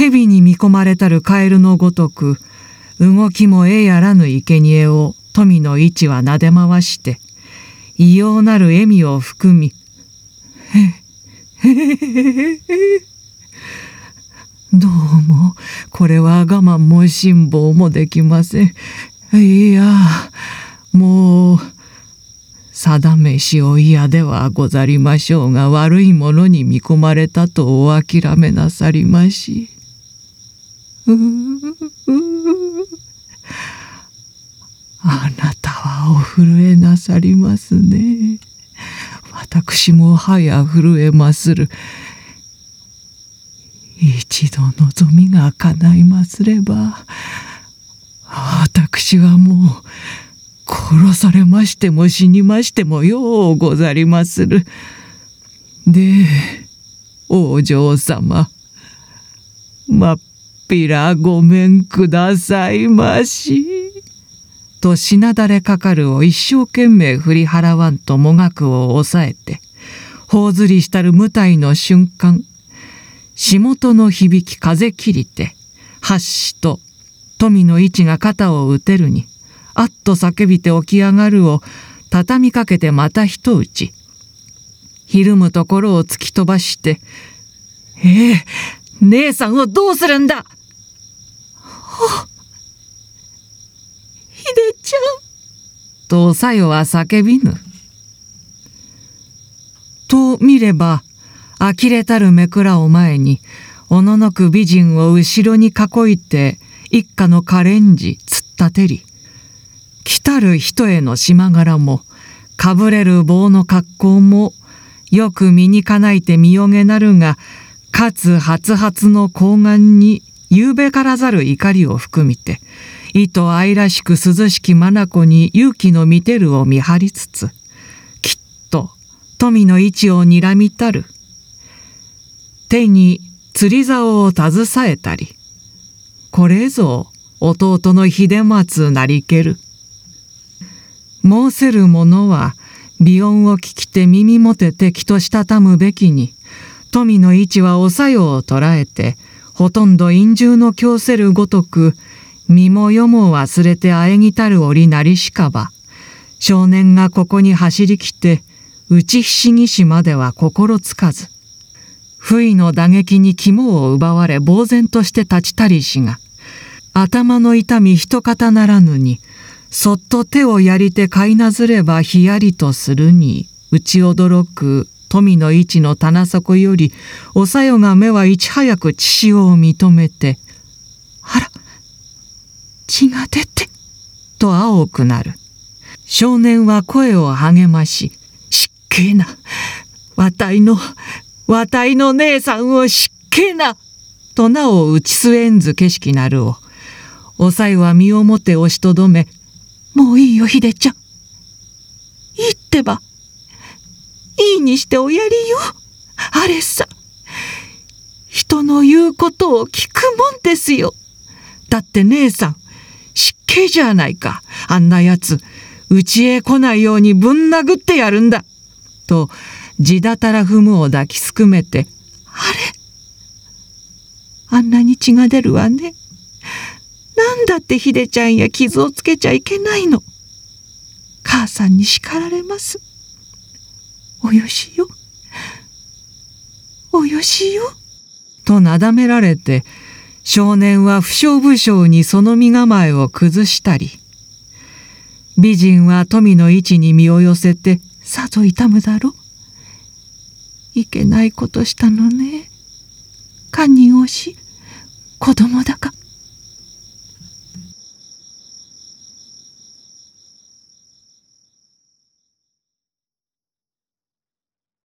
蛇に見込まれたるカエルのごとく、動きもえやらぬ生贄を富の市はなで回して、異様なる笑みを含み、どうもこれは我慢も辛抱もできません。いや、もう定めしお嫌ではござりましょうが、悪いものに見込まれたとお諦めなさりまし。あなたはお震えなさりますね。私もはや震えまする。一度望みが叶いますれば、私はもう殺されましても死にましてもようござりまする。で、お嬢様、まっぴらごめんくださいまし。としなだれかかるを一生懸命振り払わんともがくを抑えて、頬ずりしたる無体の瞬間、下戸の響き風切りて、はっしと富の市が肩を打てるに、あっと叫びて起き上がるを畳みかけてまた一打ち、ひるむところを突き飛ばして、姉さんをどうするんだ。ひでちゃん。とおさよは叫びぬ。と見れば、呆れたるめくらを前に、おののく美人を後ろに囲いて、一家のカレンジ突っ立てり、来たる人への島柄も、かぶれる棒の格好も、よく身にかないて見よげなるが、かつ発々の睾丸に、ゆうべからざる怒りを含みて、いと愛らしく涼しき眼に勇気の見てるを見張りつつ、きっと富の位置をにらみたる。手に釣り竿を携えたり、これぞ弟の秀松なりける。申せる者は美音を聞きて耳もてて気としたたむべきに、富の位置はおさよを捉えて、ほとんど陰獣の狂せるごとく、身も世も忘れてあえぎたる折なりしかば、少年がここに走り来て、打ちひしぎしまでは心つかず、不意の打撃に肝を奪われ呆然として立ちたりしが、頭の痛み一方ならぬに、そっと手をやりて飼いなずればひやりとするに、打ち驚く富の位置の棚底より、おさよが目はいち早く血潮を認めて、あら、血が出て、と青くなる。少年は声を励まし、しっけな、わたいの姉さんをしっけな、となお打ち据えんず景色なるを、おさよは身をもて押しとどめ、もういいよ、ひでちゃん。いいってば。いいにしておやりよ。あれさ、人の言うことを聞くもんですよ。だって姉さん、失敬じゃないか。あんなやつ、うちへ来ないようにぶん殴ってやるんだ。と、地だたら踏むを抱きすくめて、あれ、あんなに血が出るわね。なんだってひでちゃんや傷をつけちゃいけないの。母さんに叱られます。およしよ。およしよ。となだめられて、少年は不祥不祥にその身構えを崩したり、美人は富の位置に身を寄せてさぞ痛むだろ。いけないことしたのね。堪忍をし、子供だ。